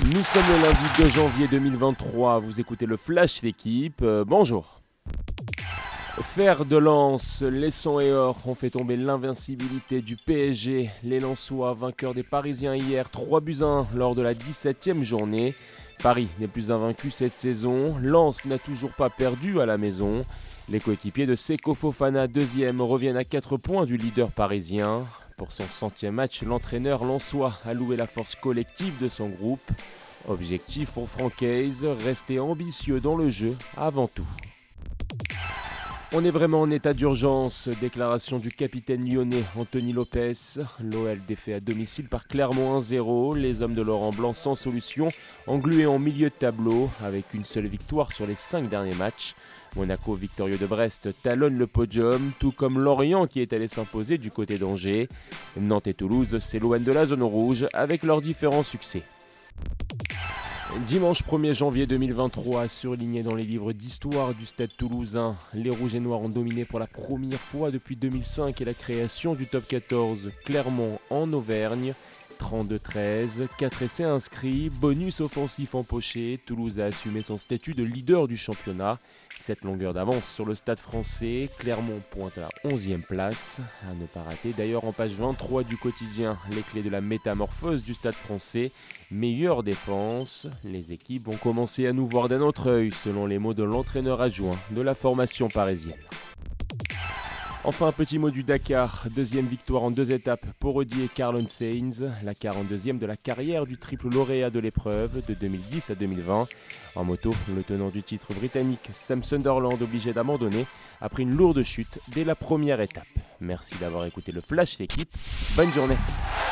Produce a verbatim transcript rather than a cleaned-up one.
Nous sommes le lundi deux janvier deux mille vingt-trois, vous écoutez le Flash L'équipe, euh, bonjour. Fer de lance, les Sang et Or ont fait tomber l'invincibilité du P S G. Les Lensois, vainqueurs des Parisiens hier, trois buts à un lors de la dix-septième journée. Paris n'est plus invaincu cette saison, Lens n'a toujours pas perdu à la maison. Les coéquipiers de Seko Fofana, deuxième, reviennent à quatre points du leader parisien. Pour son centième match, l'entraîneur lensois a loué la force collective de son groupe. Objectif pour Francaise, rester ambitieux dans le jeu avant tout. On est vraiment en état d'urgence, déclaration du capitaine lyonnais Anthony Lopez. L'O L défait à domicile par Clermont un zéro, les hommes de Laurent Blanc sans solution, englués en milieu de tableau avec une seule victoire sur les cinq derniers matchs. Monaco victorieux de Brest talonne le podium, tout comme Lorient qui est allé s'imposer du côté d'Angers. Nantes et Toulouse s'éloignent de la zone rouge avec leurs différents succès. Dimanche premier janvier deux mille vingt-trois, surligné dans les livres d'histoire du stade toulousain, les Rouges et Noirs ont dominé pour la première fois depuis deux mille cinq et la création du top quatorze. Clermont en Auvergne, trente-deux treize, quatre essais inscrits, bonus offensif empoché. Toulouse a assumé son statut de leader du championnat. Cette longueur d'avance sur le stade français, Clermont pointe à la onzième place. À ne pas rater d'ailleurs en page vingt-trois du quotidien, les clés de la métamorphose du stade français. Meilleure défense, les équipes vont commencer à nous voir d'un autre œil, selon les mots de l'entraîneur adjoint de la formation parisienne. Enfin, un petit mot du Dakar, deuxième victoire en deux étapes pour Rudy et Carlon Sainz, la quarante-deuxième de la carrière du triple lauréat de l'épreuve de deux mille dix à deux mille vingt. En moto, le tenant du titre britannique Sam Sunderland, obligé d'abandonner, a pris une lourde chute dès la première étape. Merci d'avoir écouté le Flash L'équipe, bonne journée.